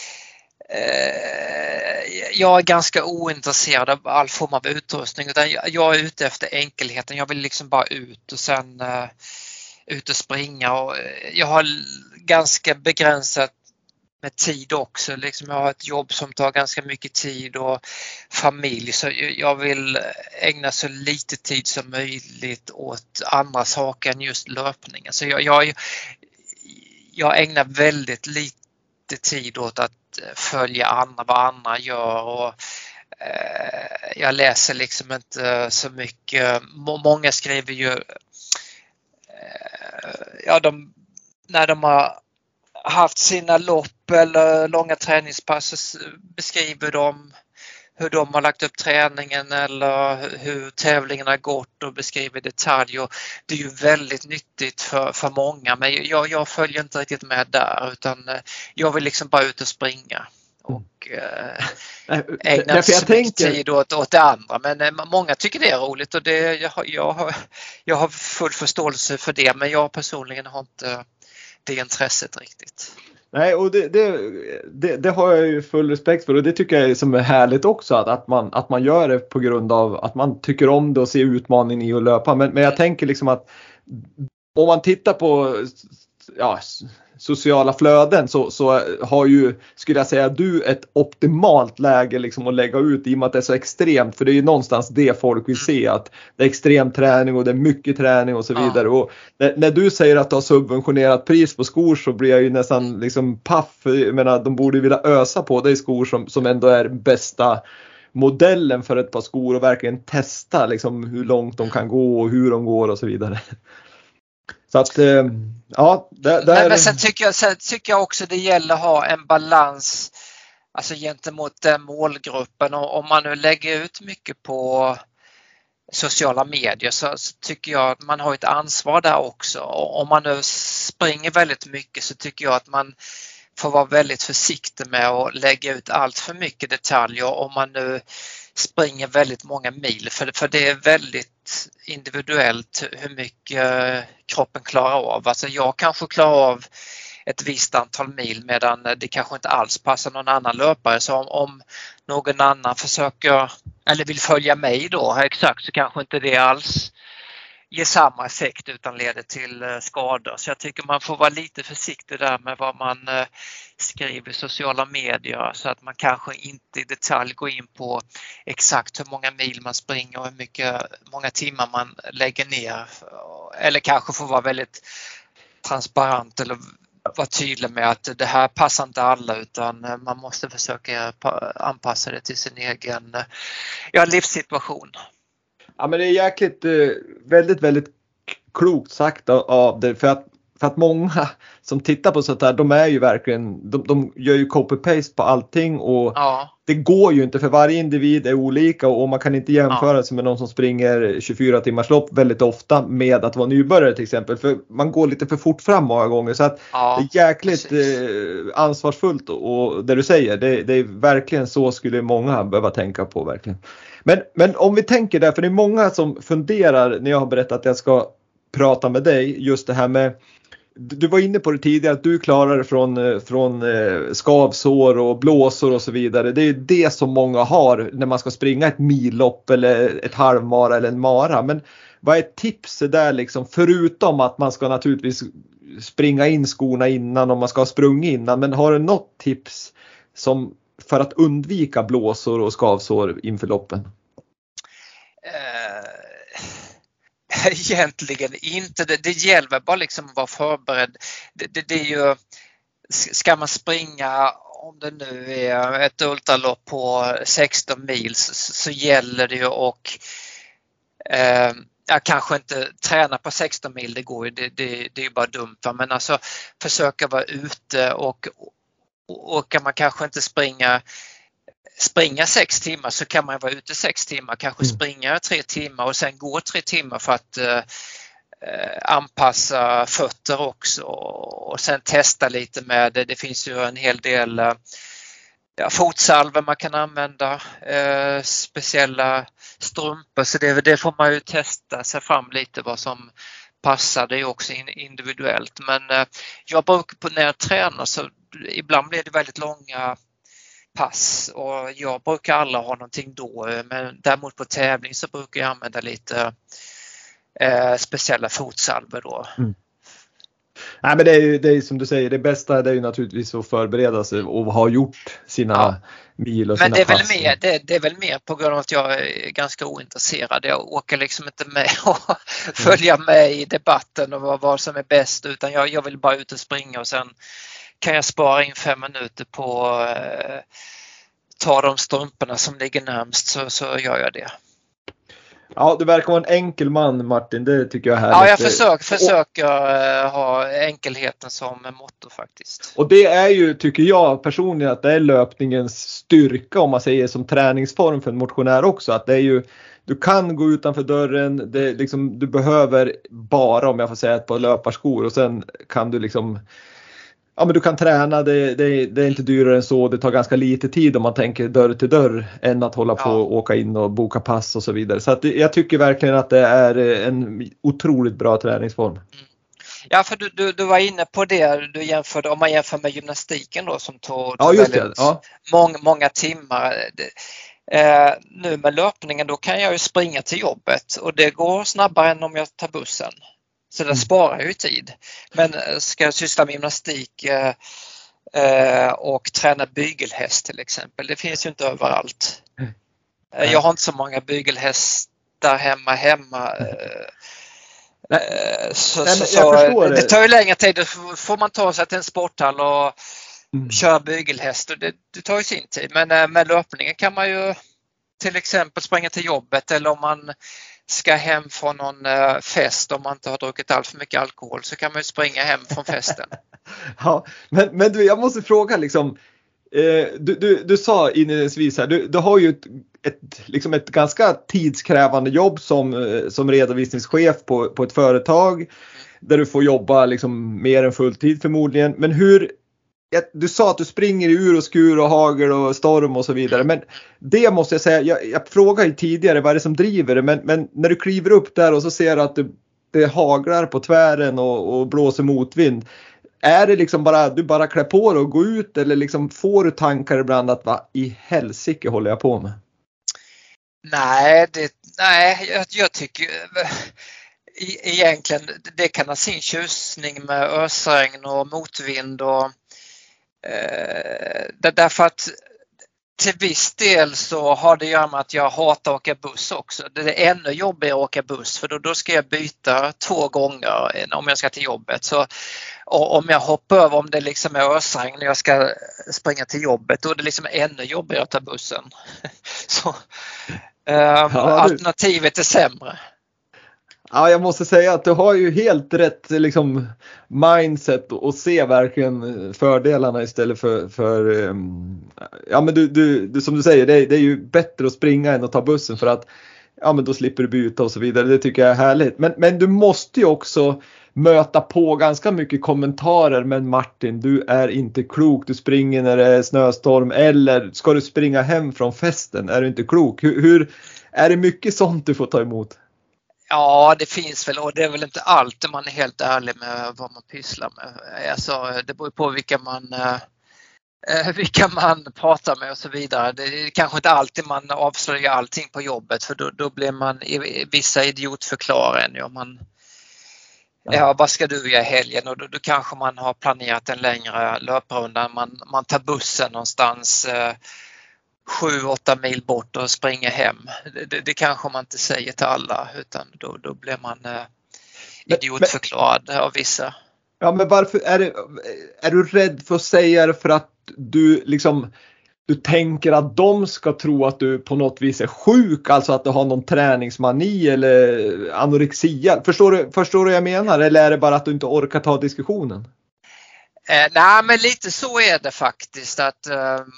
jag är ganska ointresserad av all form av utrustning, utan jag är ute efter enkelheten. Jag vill liksom bara ut och sen ut och springa, och jag har ganska begränsat med tid också. Liksom jag har ett jobb som tar ganska mycket tid och familj, så jag vill ägna så lite tid som möjligt åt andra saker än just löpningen. Så jag ägnar väldigt lite tid åt att följa vad andra gör, och jag läser liksom inte så mycket. Många skriver ju när de har haft sina lopp eller långa träningspass, så beskriver de hur de har lagt upp träningen eller hur tävlingen har gått och beskriver detaljer. Och det är ju väldigt nyttigt för många, men jag följer inte riktigt med där, utan jag vill liksom bara ut och springa och ägna så mycket tid åt det andra. Men många tycker det är roligt, och jag har full förståelse för det, men jag personligen har inte det intresset riktigt. Nej, och det har jag ju full respekt för, och det tycker jag är som är härligt också, att man gör det på grund av att man tycker om det och ser utmaningen i att löpa. Men jag tänker liksom att om man tittar på sociala flöden, så har ju, skulle jag säga, du ett optimalt läge liksom att lägga ut, i och med att det är så extremt, för det är ju någonstans det folk vill se, att det är extrem träning och det är mycket träning och så vidare. Och när du säger att du har subventionerat pris på skor, så blir jag ju nästan liksom paff. Jag menar, de borde vilja ösa på dig skor som ändå är bästa modellen för ett par skor, och verkligen testa liksom hur långt de kan gå och hur de går och så vidare. Så att, Men sen tycker jag också det gäller att ha en balans, alltså gentemot den målgruppen. Och om man nu lägger ut mycket på sociala medier, så tycker jag att man har ett ansvar där också. Och om man nu springer väldigt mycket, så tycker jag att man får vara väldigt försiktig med att lägga ut allt för mycket detaljer om man nu springer väldigt många mil, för det är väldigt individuellt hur mycket kroppen klarar av. Alltså jag kanske klarar av ett visst antal mil, medan det kanske inte alls passar någon annan löpare. Så om någon annan försöker eller vill följa mig då exakt, så kanske inte det alls ger samma effekt utan leder till skador. Så jag tycker man får vara lite försiktig där med vad man skriver i sociala medier, så att man kanske inte i detalj går in på exakt hur många mil man springer och många timmar man lägger ner. Eller kanske får vara väldigt transparent eller vara tydlig med att det här passar inte alla, utan man måste försöka anpassa det till sin egen livssituation. Ja, men det är jäkligt, väldigt, väldigt klokt sagt av det, för att många som tittar på sånt här, de är ju verkligen, de gör ju copy-paste på allting, och det går ju inte, för varje individ är olika, och man kan inte jämföra sig med någon som springer 24 timmars lopp väldigt ofta med att vara nybörjare till exempel, för man går lite för fort fram många gånger, så att det är jäkligt ansvarsfullt, och det du säger, det är verkligen så, skulle många behöva tänka på verkligen. Men om vi tänker där, för det är många som funderar när jag har berättat att jag ska prata med dig, just det här med, du var inne på det tidigare, att du klarar det från skavsår och blåsor och så vidare. Det är det som många har när man ska springa ett millopp eller ett halvmara eller en mara. Men vad är tipset där liksom, förutom att man ska naturligtvis springa in skorna innan om man ska ha sprungit innan, men har du något tips som för att undvika blåsor och skavsår inför loppen? Egentligen inte. Det gäller bara liksom att vara förberedd. Det är ju, ska man springa, om det nu är ett ultralopp på 16 mil, så gäller det ju, och jag kanske inte träna på 16 mil, det går ju, det är ju bara dumt, men alltså försöka vara ute, och kan man kanske inte springa 6 timmar, så kan man vara ute 6 timmar, kanske springa 3 timmar och sen gå 3 timmar för att anpassa fötter också, och sen testa lite med det finns ju en hel del fotsalver man kan använda, speciella strumpor, så det får man ju testa sig fram lite vad som passar, det är också individuellt, men jag brukar när jag tränar, så ibland blir det väldigt långa pass, och jag brukar aldrig ha någonting då, men däremot på tävling så brukar jag använda lite speciella fotsalver då. Nej, men det är som du säger, det bästa är ju naturligtvis att förbereda sig och ha gjort sina mil och sina men det är pass. Det är väl mer på grund av att jag är ganska ointresserad. Jag åker liksom inte med och följa med i debatten och vad som är bäst, utan jag vill bara ut och springa, och sen kan jag spara in 5 minuter på ta de strumporna som ligger närmst, så gör jag det. Ja, du verkar vara en enkel man, Martin. Det tycker jag är härligt. Ja, jag försöker ha enkelheten som motto faktiskt. Och det är ju, tycker jag personligen, att det är löpningens styrka, om man säger, som träningsform för en motionär också. Att det är ju, du kan gå utanför dörren, det liksom, du behöver bara, om jag får säga, ett par löparskor, och sen kan du liksom, ja, men du kan träna, det är inte dyrare än så, det tar ganska lite tid om man tänker dörr till dörr, än att hålla på och åka in och boka pass och så vidare. Så att jag tycker verkligen att det är en otroligt bra träningsform. Ja, för du var inne på det, du jämförde, om man jämför med gymnastiken då, som tog många timmar. Nu med löpningen, då kan jag ju springa till jobbet, och det går snabbare än om jag tar bussen. Så det sparar ju tid. Men ska jag syssla med gymnastik och träna bygelhäst till exempel, det finns ju inte överallt. Jag har inte så många bygelhästar hemma. Det tar ju längre tid. Då får man ta sig till en sporthall och köra bygelhäst, och det tar ju sin tid. Men med löpningen kan man ju till exempel springa till jobbet, eller om man ska hem från någon fest, om man inte har druckit allt för mycket alkohol, så kan man ju springa hem från festen. Ja, men du, jag måste fråga liksom, du sa inledningsvis här, du har ju ett ganska tidskrävande jobb som redovisningschef på ett företag, där du får jobba liksom mer än fulltid förmodligen. Men du sa att du springer i ur och skur och hagel och storm och så vidare. Men det måste jag säga, jag frågade ju tidigare vad är det som driver det. Men när du kliver upp där och så ser du att det haglar på tvären och blåser motvind. Är det liksom du bara klär på dig och går ut, eller liksom får du tankar ibland att vad i helsike håller jag på med? Nej, jag tycker egentligen, det kan ha sin tjusning med ösregn och motvind och därför att till viss del så har det att göra med att jag hatar att åka buss också. Det är ännu jobbigare att åka buss för då ska jag byta 2 gånger om jag ska till jobbet. Så om jag hoppar över, om det liksom är ösregn när jag ska springa till jobbet, då är det liksom ännu jobbigare att ta bussen. Så alternativet är sämre. Ja, jag måste säga att du har ju helt rätt liksom mindset och se verkligen fördelarna istället för ja, men du som du säger, det är ju bättre att springa än att ta bussen för att ja, men då slipper du byta och så vidare. Det tycker jag är härligt. Men du måste ju också möta på ganska mycket kommentarer. Men Martin, du är inte klok. Du springer när det är snöstorm, eller ska du springa hem från festen? Är du inte klok? Hur är det mycket sånt du får ta emot? Ja, det finns väl, och det är väl inte alltid man är helt ärlig med vad man pysslar med. Alltså, det beror på vilka man pratar med och så vidare. Det är kanske inte alltid man avslöjar allting på jobbet, för då blir man vissa idiotförklarar en. Vad ska du göra i helgen? Och då kanske man har planerat en längre löprunda. Man tar bussen någonstans 7-8 mil bort och springer hem. Det kanske man inte säger till alla, utan då blir man idiotförklarad av vissa. Ja, men varför är du rädd för att säga det för att du tänker att de ska tro att du på något vis är sjuk, alltså att du har någon träningsmani eller anorexia? Förstår du vad jag menar, eller är det bara att du inte orkar ta diskussionen? Nej, men lite så är det faktiskt, att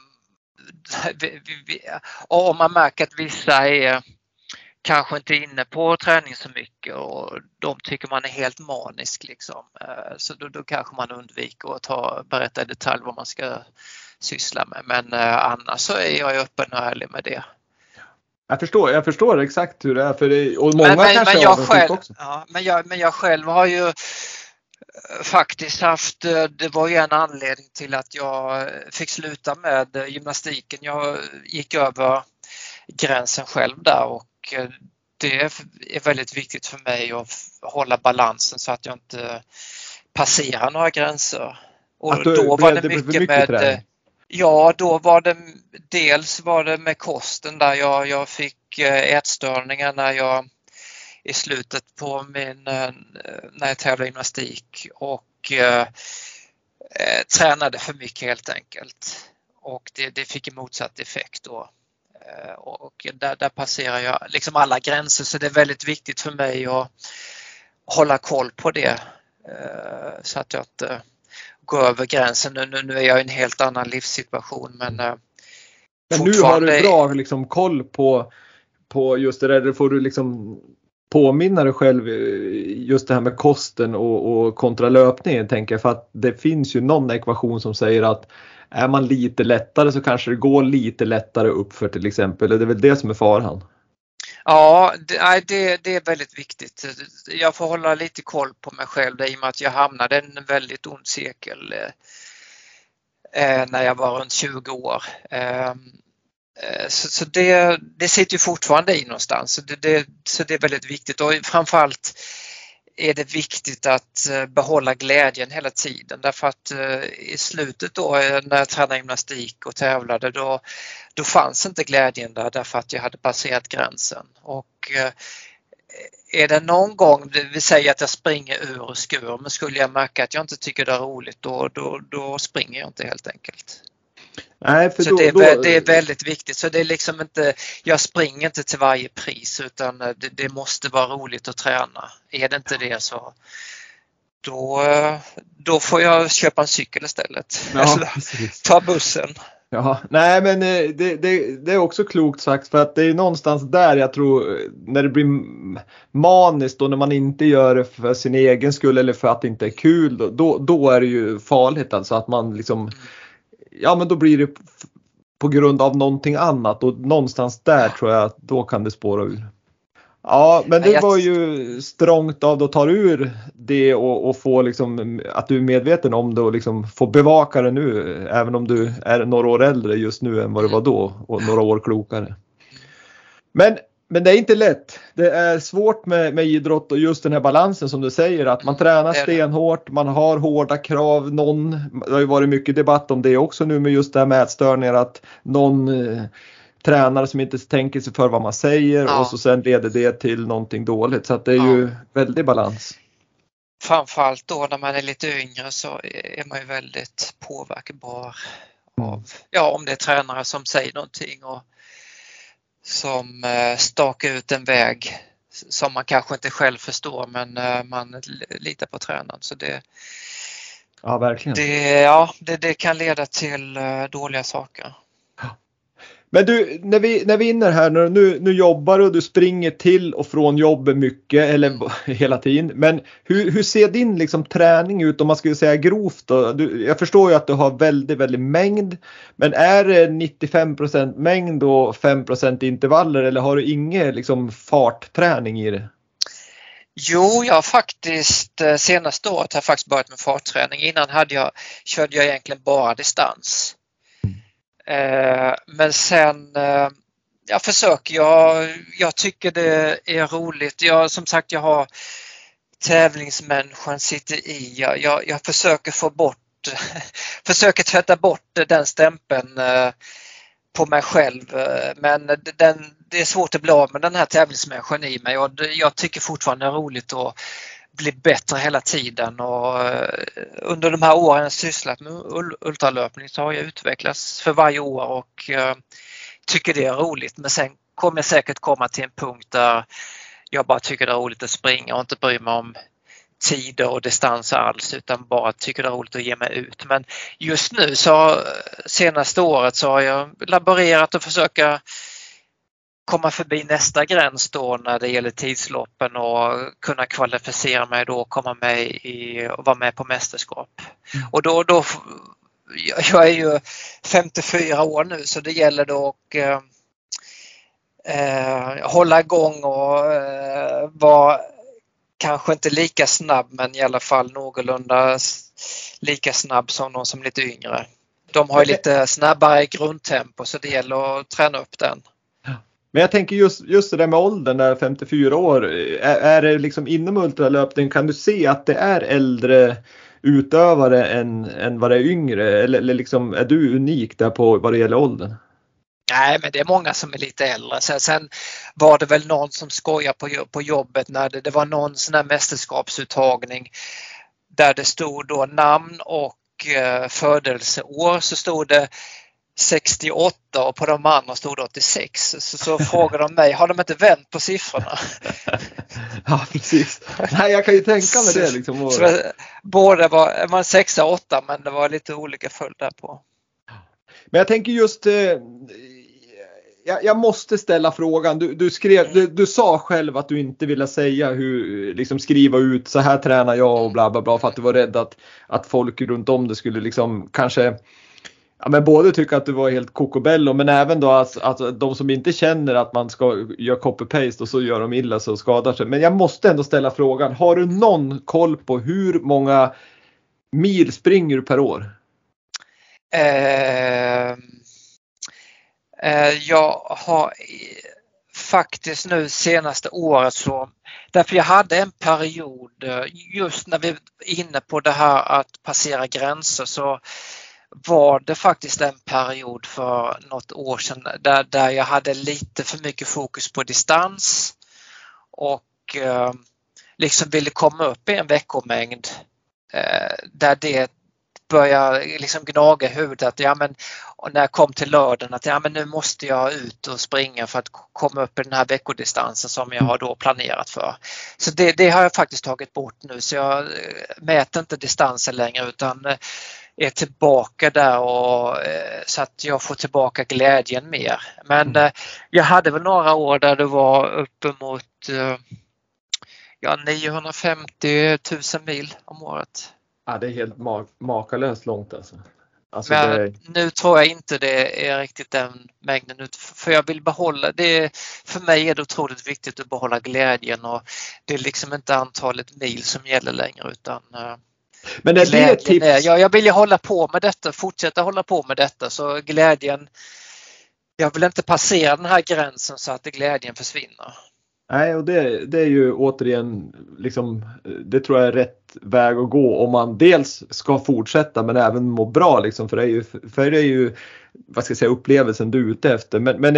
om man märker att vissa är kanske inte inne på träning så mycket och de tycker man är helt manisk liksom. Så då kanske man undviker att berätta i detalj vad man ska syssla med. Men annars så är jag öppen och ärlig med det. Jag förstår exakt hur det är för det, och många kanske jag själv också. Ja, men jag själv har ju faktiskt haft, det var ju en anledning till att jag fick sluta med gymnastiken. Jag gick över gränsen själv där, och det är väldigt viktigt för mig att hålla balansen så att jag inte passerar några gränser. Och då var det mycket med, ja, då var det dels med kosten där jag fick ätstörningar när jag i slutet på när jag tävlade gymnastik och tränade för mycket helt enkelt. Och det fick en motsatt effekt då. Och där passerar jag liksom alla gränser, så det är väldigt viktigt för mig att hålla koll på det så att jag inte går över gränsen. Nu är jag i en helt annan livssituation, men nu har du bra liksom koll på just det där. Det får du liksom påminna dig själv just det här med kosten och kontra löpningen, tänker jag, för att det finns ju någon ekvation som säger att är man lite lättare så kanske det går lite lättare uppför till exempel. Det är väl det som är faran. Ja, det är väldigt viktigt. Jag får hålla lite koll på mig själv i och med att jag hamnade i en väldigt ond cirkel när jag var runt 20 år. Så det sitter ju fortfarande i någonstans. Så det är väldigt viktigt, och framförallt är det viktigt att behålla glädjen hela tiden, därför att i slutet då när jag tränade gymnastik och tävlade då fanns inte glädjen där, därför att jag hade passerat gränsen. Och är det någon gång, vi säger att jag springer ur och skur, men skulle jag märka att jag inte tycker det är roligt, då springer jag inte helt enkelt. Nej, för så det är väldigt viktigt. Så det är liksom inte, jag springer inte till varje pris, utan det måste vara roligt att träna. Är det inte det, så då får jag köpa en cykel istället. Ja, eller ta bussen. Ja, nej, men det är också klokt sagt, för att det är någonstans där jag tror, när det blir maniskt och när man inte gör det för sin egen skull eller för att det inte är kul, då är det ju farligt, alltså att man liksom ja, men då blir det på grund av någonting annat, och någonstans där tror jag att då kan det spåra ur. Ja, men det var ju strångt av att ta ur det och få liksom att du är medveten om det och liksom få bevaka det nu, även om du är några år äldre just nu än vad du var då och några år klokare. Men Men det är inte lätt. Det är svårt med idrott och just den här balansen som du säger. Att man tränar stenhårt, man har hårda krav. Det har ju varit mycket debatt om det också nu med just det här med ätstörningar. Att någon tränare som inte tänker sig för vad man säger och så sen leder det till någonting dåligt. Så att det är ju väldigt balans. Framförallt då när man är lite yngre så är man ju väldigt påverkbar av, om det är tränare som säger någonting och som stakar ut en väg som man kanske inte själv förstår, men man litar på tränaren. Så verkligen. Det kan leda till dåliga saker. Men du, när vi är inne här, nu jobbar och du springer till och från jobbet mycket, eller hela tiden. Men hur ser din liksom träning ut om man skulle säga grovt då? Jag förstår ju att du har väldigt, väldigt mängd. Men är det 95% mängd och 5% intervaller, eller har du ingen liksom fartträning i det? Jo, jag har faktiskt senaste året har jag faktiskt börjat med fartträning. Innan körde jag egentligen bara distans. Men sen jag tycker det är roligt. Jag har tävlingsmänniskan sitter i. Jag försöker försöker tvätta bort den stämpeln på mig själv. Men det är svårt att bli av med den här tävlingsmänniskan i mig. Och jag tycker fortfarande det är roligt att bli bättre hela tiden, och under de här åren jag sysslat med ultralöpning så har jag utvecklats för varje år och tycker det är roligt. Men sen kommer jag säkert komma till en punkt där jag bara tycker det är roligt att springa och inte bry mig om tider och distans alls, utan bara tycker det är roligt att ge mig ut. Men just nu senaste året så har jag laborerat och försöka komma förbi nästa gräns då när det gäller tidsloppen och kunna kvalificera mig då och komma med och vara med på mästerskap. Och då jag är ju 54 år nu, så det gäller då att hålla igång och vara kanske inte lika snabb, men i alla fall någorlunda lika snabb som någon som är lite yngre. De har ju lite snabbare grundtempo, så det gäller att träna upp den. Men jag tänker just det där med åldern, där 54 år, är det liksom inom ultralöpning, kan du se att det är äldre utövare än vad det är yngre, eller liksom är du unik där på vad det gäller åldern? Nej, men det är många som är lite äldre. Sen var det väl någon som skojar på jobbet när det var någon sån här mästerskapsuttagning där det stod då namn och födelseår, så stod det 68 och på de andra stod det 86. Så frågade de mig, har de inte vänt på siffrorna? Ja, precis. Nej, jag kan ju tänka mig det liksom. Båda var 6 och 8, men det var lite olika följd där på. Men jag tänker just, jag måste ställa frågan. Du sa själv att du inte ville säga hur, liksom skriva ut så här tränar jag och bla bla bla, för att du var rädd att folk runt om det skulle liksom kanske, men både tycka att du var helt kokobello, men även då att de som inte känner att man ska göra copy-paste och så gör de illa så skadar sig. Men jag måste ändå ställa frågan, har du någon koll på hur många mil springer du per år? Jag har faktiskt nu senaste året därför jag hade en period just när vi är inne på det här att passera gränser, så var det faktiskt en period för något år sedan där jag hade lite för mycket fokus på distans och liksom ville komma upp i en veckomängd där det började liksom gnaga huvudet och när jag kom till lördagen att nu måste jag ut och springa för att komma upp i den här veckodistansen som jag har då planerat för. Så det har jag faktiskt tagit bort nu, så jag mäter inte distansen längre utan är tillbaka där så att jag får tillbaka glädjen mer. Men jag hade väl några år där det var uppemot 950 000 mil om året. Ja, det är helt makalöst långt alltså. Men nu tror jag inte det är riktigt den mängden, för jag vill behålla det. För mig är det otroligt viktigt att behålla glädjen, och det är liksom inte antalet mil som gäller längre, utan men är det ett tips? Jag vill ju hålla på med detta, fortsätta hålla på med detta, så glädjen Jag vill inte passera den här gränsen så att glädjen försvinner. Nej, och det är ju återigen liksom, det tror jag är rätt väg att gå om man dels ska fortsätta men även må bra liksom, för det är ju vad ska jag säga, upplevelsen du är ute efter. Men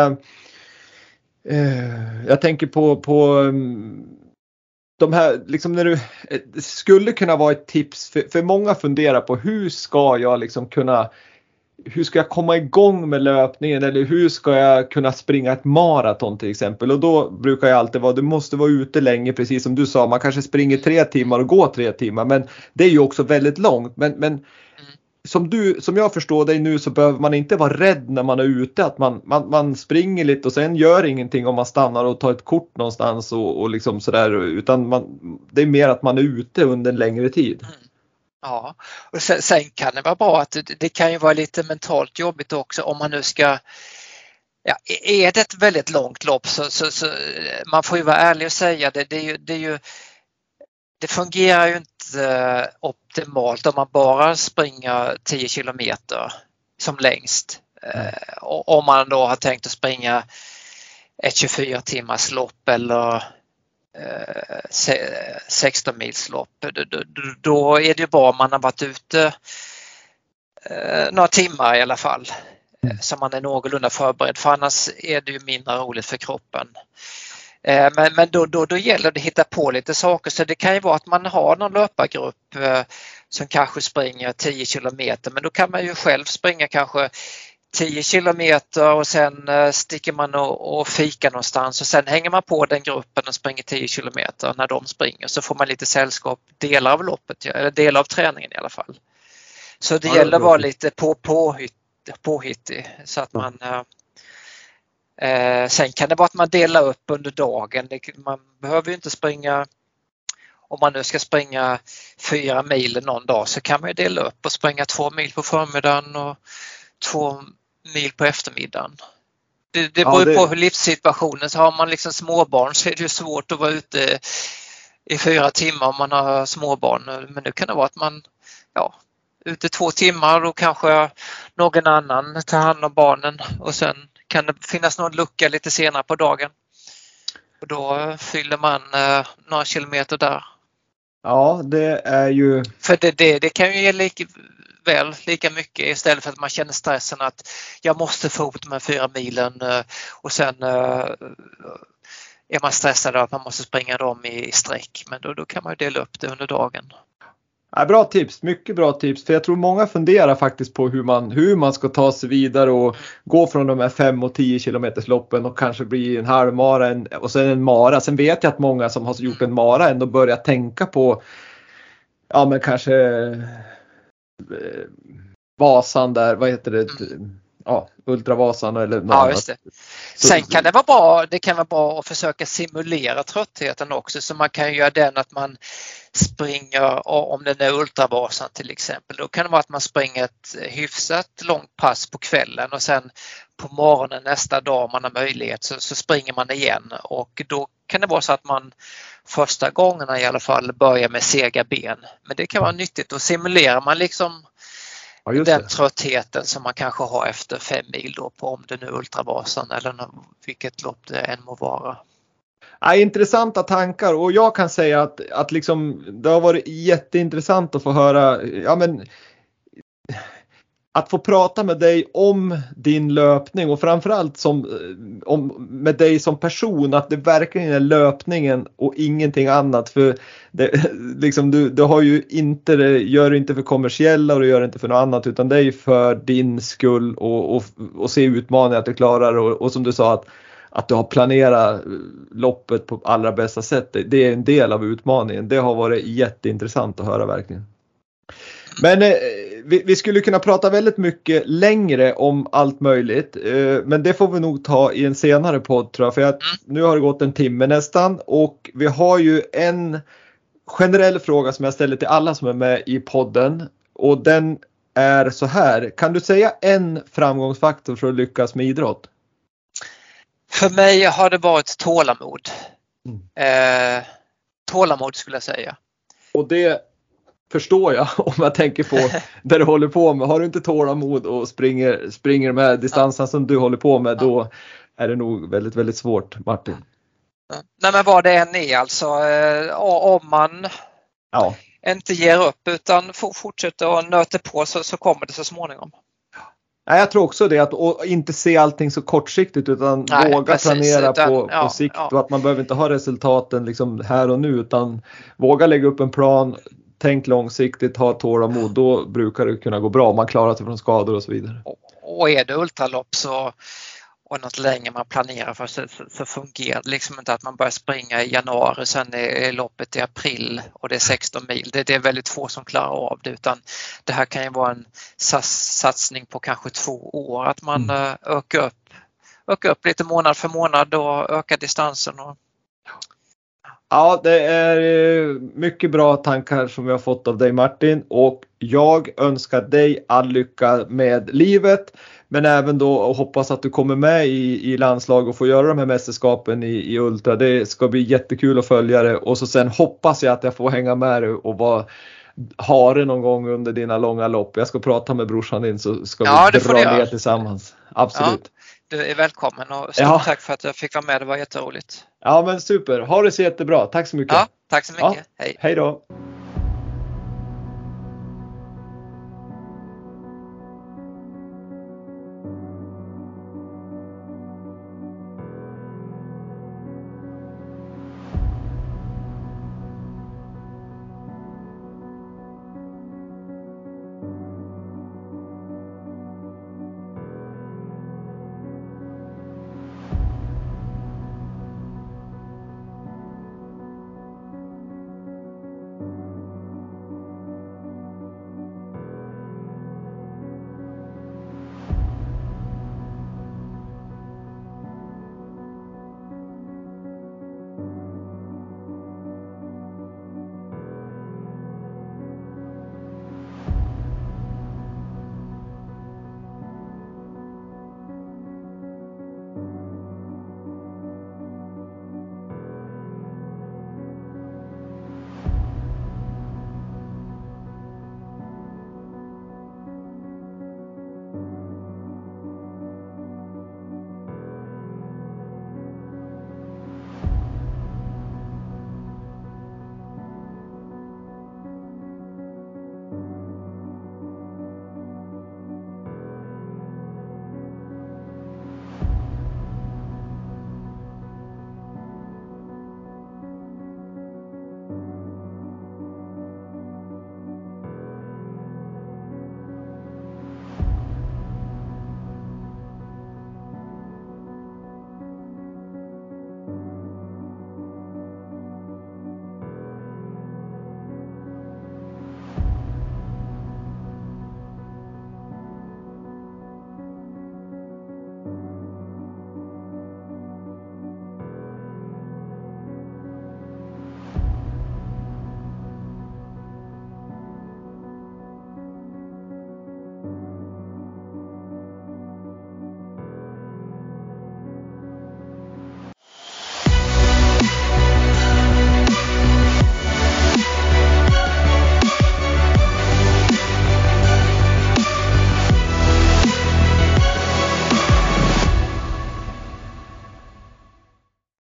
jag tänker på de här liksom, när du det skulle kunna vara ett tips för många funderar på hur ska jag komma igång med löpningen, eller hur ska jag kunna springa ett maraton till exempel. Och då brukar jag alltid du måste vara ute länge, precis som du sa. Man kanske springer 3 timmar och går 3 timmar, men det är ju också väldigt långt. Men som jag förstår dig nu, så behöver man inte vara rädd när man är ute. Att man springer lite och sen gör ingenting om man stannar och tar ett kort någonstans och liksom sådär. Utan det är mer att man är ute under en längre tid. Ja, och sen kan det vara bra att det kan ju vara lite mentalt jobbigt också om man nu ska, ja, är det ett väldigt långt lopp så man får ju vara ärlig och säga det fungerar ju inte optimalt om man bara springer 10 kilometer som längst. Om man då har tänkt att springa ett 24 timmars lopp eller 16 mils lopp, då är det ju bra om man har varit ute några timmar i alla fall, så man är någorlunda förberedd, för annars är det ju mindre roligt för kroppen. Men då gäller det att hitta på lite saker, så det kan ju vara att man har någon löpargrupp som kanske springer 10 kilometer, men då kan man ju själv springa kanske 10 kilometer och sen sticker man och fikar någonstans och sen hänger man på den gruppen och springer 10 kilometer när de springer, så får man lite sällskap delar av loppet, eller delar av träningen i alla fall. Så det gäller att vara lite påhittig så att man sen kan det vara att man delar upp under dagen. Man behöver ju inte springa, om man nu ska springa 4 mil någon dag, så kan man ju dela upp och springa 2 mil på förmiddagen och 2 mil på eftermiddagen. Det beror på hur livssituationen, så har man liksom småbarn så är det ju svårt att vara ute i 4 timmar om man har småbarn. Men nu kan det vara att man ute 2 timmar och kanske någon annan tar hand om barnen, och sen kan det finnas någon lucka lite senare på dagen. Och då fyller man några kilometer där. Ja, det är ju... För det kan ju ge lika mycket, istället för att man känner stressen att jag måste få ut de här 4 milen och sen är man stressad att man måste springa dem i sträck. Men då kan man ju dela upp det under dagen. Ja, bra tips, mycket bra tips. För jag tror många funderar faktiskt på hur man ska ta sig vidare och gå från de här 5 och 10 kilometers loppen och kanske bli en halvmara och sen en mara. Sen vet jag att många som har gjort en mara ändå börjar tänka på men kanske Vasan där, vad heter det? Ultravasan eller något annat. Just det. Sen kan det vara bra att försöka simulera tröttheten också, så man kan göra den att man springer, om den är Ultravasan till exempel, då kan det vara att man springer ett hyfsat långt pass på kvällen och sen på morgonen nästa dag, om man har möjlighet, så springer man igen, och då kan det vara så att man första gångerna i alla fall börjar med sega ben, men det kan vara nyttigt, och simulerar man liksom den tröttheten som man kanske har efter 5 mil då, på om det nu är Ultravasan eller vilket lopp det än må vara. Ja, intressanta tankar, och jag kan säga att liksom, det har varit jätteintressant att få höra, att få prata med dig om din löpning, och framförallt med dig som person, att det verkligen är löpningen och ingenting annat. För det, liksom, du har ju inte, gör det inte för kommersiella och du gör det inte för något annat, utan det är ju för din skull och se utmaningar att du klarar, och som du sa att du har planerat loppet på allra bästa sätt. Det är en del av utmaningen. Det har varit jätteintressant att höra verkligen. Men vi skulle kunna prata väldigt mycket längre om allt möjligt. Men det får vi nog ta i en senare podd, tror jag. För nu har det gått en timme nästan. Och vi har ju en generell fråga som jag ställer till alla som är med i podden. Och den är så här. Kan du säga en framgångsfaktor för att lyckas med idrott? För mig har det varit tålamod. Tålamod skulle jag säga. Och det förstår jag om jag tänker på det du håller på med. Har du inte tålamod och springer med distansen som du håller på med, då är det nog väldigt, väldigt svårt, Martin. Nej, men vad det än är alltså, om man inte ger upp utan fortsätter och nöter på, så kommer det så småningom. Nej, jag tror också det, att inte se allting så kortsiktigt, utan våga planera på sikt, och att man behöver inte ha resultaten liksom här och nu, utan våga lägga upp en plan, tänk långsiktigt, ha tålamod, då brukar det kunna gå bra om man klarar sig från skador och så vidare. Och är det ultralopp och något längre man planerar för, så fungerar det liksom inte att man börjar springa i januari, sen är loppet i april och det är 16 mil. Det är väldigt få som klarar av det, utan det här kan ju vara en satsning på kanske 2 år, att man ökar upp lite månad för månad och ökar distansen. Ja, det är mycket bra tankar som vi har fått av dig, Martin, och jag önskar dig all lycka med livet, men även då hoppas att du kommer med i landslag och får göra de här mästerskapen i ultra. Det ska bli jättekul att följa det, och så sen hoppas jag att jag får hänga med dig och vara hare någon gång under dina långa lopp. Jag ska prata med brorsan din, så ska vi dra ner tillsammans. Absolut. Ja, du är välkommen, och stort tack för att jag fick vara med. Det var jätteroligt. Ja, men super. Ha det så jättebra. Tack så mycket. Ja, tack så mycket. Ja, hej då.